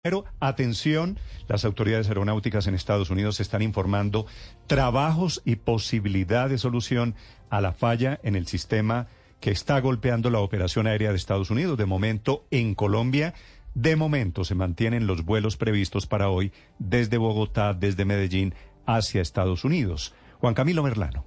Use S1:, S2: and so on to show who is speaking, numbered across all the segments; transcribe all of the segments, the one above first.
S1: Pero atención, las autoridades aeronáuticas en Estados Unidos están informando trabajos y posibilidad de solución a la falla en el sistema que está golpeando la operación aérea de Estados Unidos. De momento, en Colombia, se mantienen los vuelos previstos para hoy desde Bogotá, desde Medellín, hacia Estados Unidos. Juan Camilo Merlano.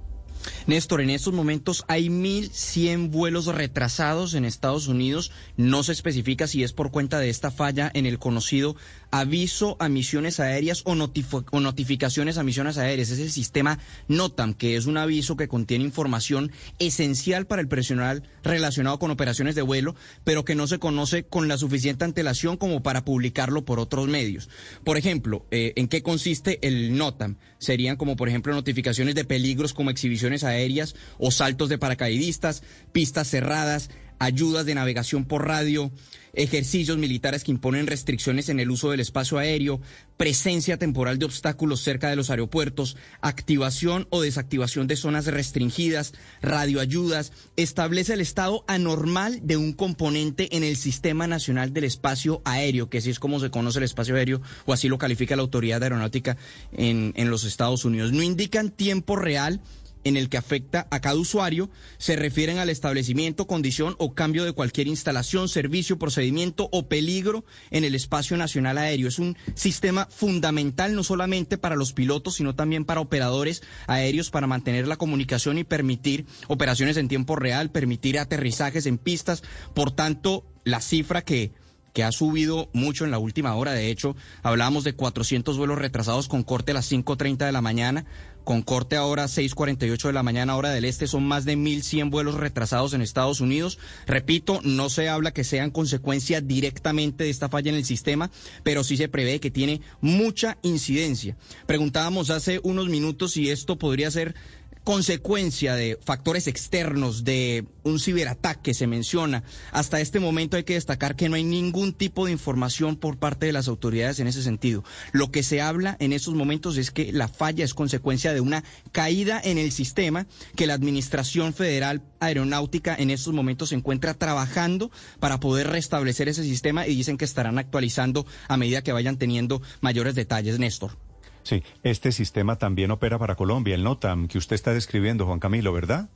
S2: Néstor, en estos momentos hay 1.100 vuelos retrasados en Estados Unidos. No se especifica si es por cuenta de esta falla en el conocido aviso a misiones aéreas o notificaciones a misiones aéreas. Es el sistema NOTAM, que es un aviso que contiene información esencial para el personal relacionado con operaciones de vuelo, pero que no se conoce con la suficiente antelación como para publicarlo por otros medios. Por ejemplo, ¿en qué consiste el NOTAM? Serían como, por ejemplo, notificaciones de peligros como exhibiciones aéreas o saltos de paracaidistas, pistas cerradas, ayudas de navegación por radio, ejercicios militares que imponen restricciones en el uso del espacio aéreo, presencia temporal de obstáculos cerca de los aeropuertos, activación o desactivación de zonas restringidas, radioayudas. Establece el estado anormal de un componente en el Sistema Nacional del Espacio Aéreo, que así es como se conoce el espacio aéreo, o así lo califica la Autoridad Aeronáutica en los Estados Unidos. No indican tiempo real en el que afecta a cada usuario, se refieren al establecimiento, condición o cambio de cualquier instalación, servicio, procedimiento o peligro en el espacio nacional aéreo. Es un sistema fundamental no solamente para los pilotos, sino también para operadores aéreos, para mantener la comunicación y permitir operaciones en tiempo real, permitir aterrizajes en pistas. Por tanto, la cifra que ha subido mucho en la última hora. De hecho, hablábamos de 400 vuelos retrasados con corte a las 5:30 de la mañana, con corte ahora a 6:48 de la mañana, hora del este. Son más de 1.100 vuelos retrasados en Estados Unidos. Repito, no se habla que sean consecuencia directamente de esta falla en el sistema, pero sí se prevé que tiene mucha incidencia. Preguntábamos hace unos minutos si esto podría ser consecuencia de factores externos, de un ciberataque, se menciona. Hasta este momento hay que destacar que no hay ningún tipo de información por parte de las autoridades en ese sentido. Lo que se habla en estos momentos es que la falla es consecuencia de una caída en el sistema, que la Administración Federal Aeronáutica en estos momentos se encuentra trabajando para poder restablecer ese sistema y dicen que estarán actualizando a medida que vayan teniendo mayores detalles. Néstor.
S1: Sí, este sistema también opera para Colombia, el NOTAM, que usted está describiendo, Juan Camilo, ¿verdad?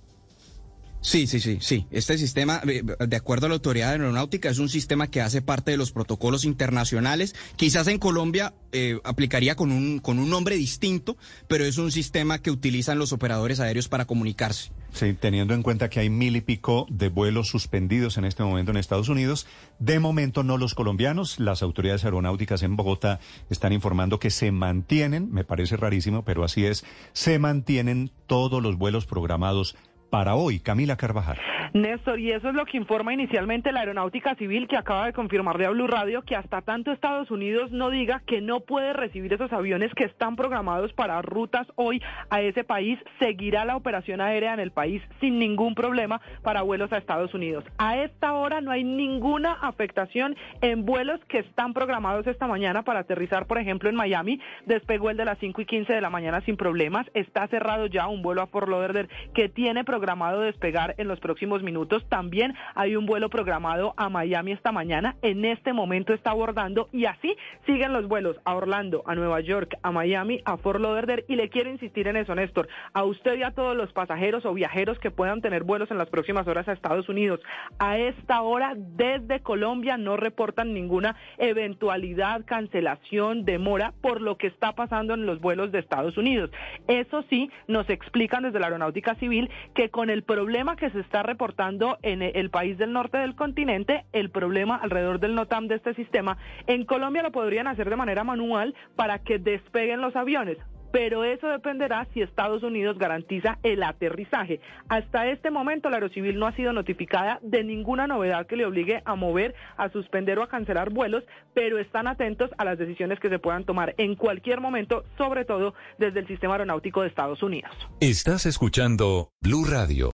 S2: Sí. Este sistema, de acuerdo a la Autoridad Aeronáutica, es un sistema que hace parte de los protocolos internacionales. Quizás en Colombia aplicaría con un nombre distinto, pero es un sistema que utilizan los operadores aéreos para comunicarse.
S1: Sí, teniendo en cuenta que hay 1.000 y pico de vuelos suspendidos en este momento en Estados Unidos. De momento no los colombianos. Las autoridades aeronáuticas en Bogotá están informando que se mantienen, me parece rarísimo, pero así es, se mantienen todos los vuelos programados para hoy. Camila Carvajal.
S3: Néstor, y eso es lo que informa inicialmente la Aeronáutica Civil, que acaba de confirmarle a Blue Radio que hasta tanto Estados Unidos no diga que no puede recibir esos aviones que están programados para rutas hoy a ese país, seguirá la operación aérea en el país sin ningún problema para vuelos a Estados Unidos. A esta hora no hay ninguna afectación en vuelos que están programados esta mañana para aterrizar, por ejemplo, en Miami. Despegó el de las 5:15 de la mañana sin problemas. Está cerrado ya un vuelo a Fort Lauderdale que tiene programado despegar en los próximos minutos. También hay un vuelo programado a Miami esta mañana. En este momento está abordando y así siguen los vuelos a Orlando, a Nueva York, a Miami, a Fort Lauderdale. Y le quiero insistir en eso, Néstor, a usted y a todos los pasajeros o viajeros que puedan tener vuelos en las próximas horas a Estados Unidos. A esta hora, desde Colombia, no reportan ninguna eventualidad, cancelación, demora por lo que está pasando en los vuelos de Estados Unidos. Eso sí, nos explican desde la Aeronáutica Civil que con el problema que se está reportando en el país del norte del continente, el problema alrededor del NOTAM de este sistema, en Colombia lo podrían hacer de manera manual para que despeguen los aviones. Pero eso dependerá si Estados Unidos garantiza el aterrizaje. Hasta este momento la Aerocivil no ha sido notificada de ninguna novedad que le obligue a mover, a suspender o a cancelar vuelos, pero están atentos a las decisiones que se puedan tomar en cualquier momento, sobre todo desde el Sistema Aeronáutico de Estados Unidos.
S4: Estás escuchando Blue Radio.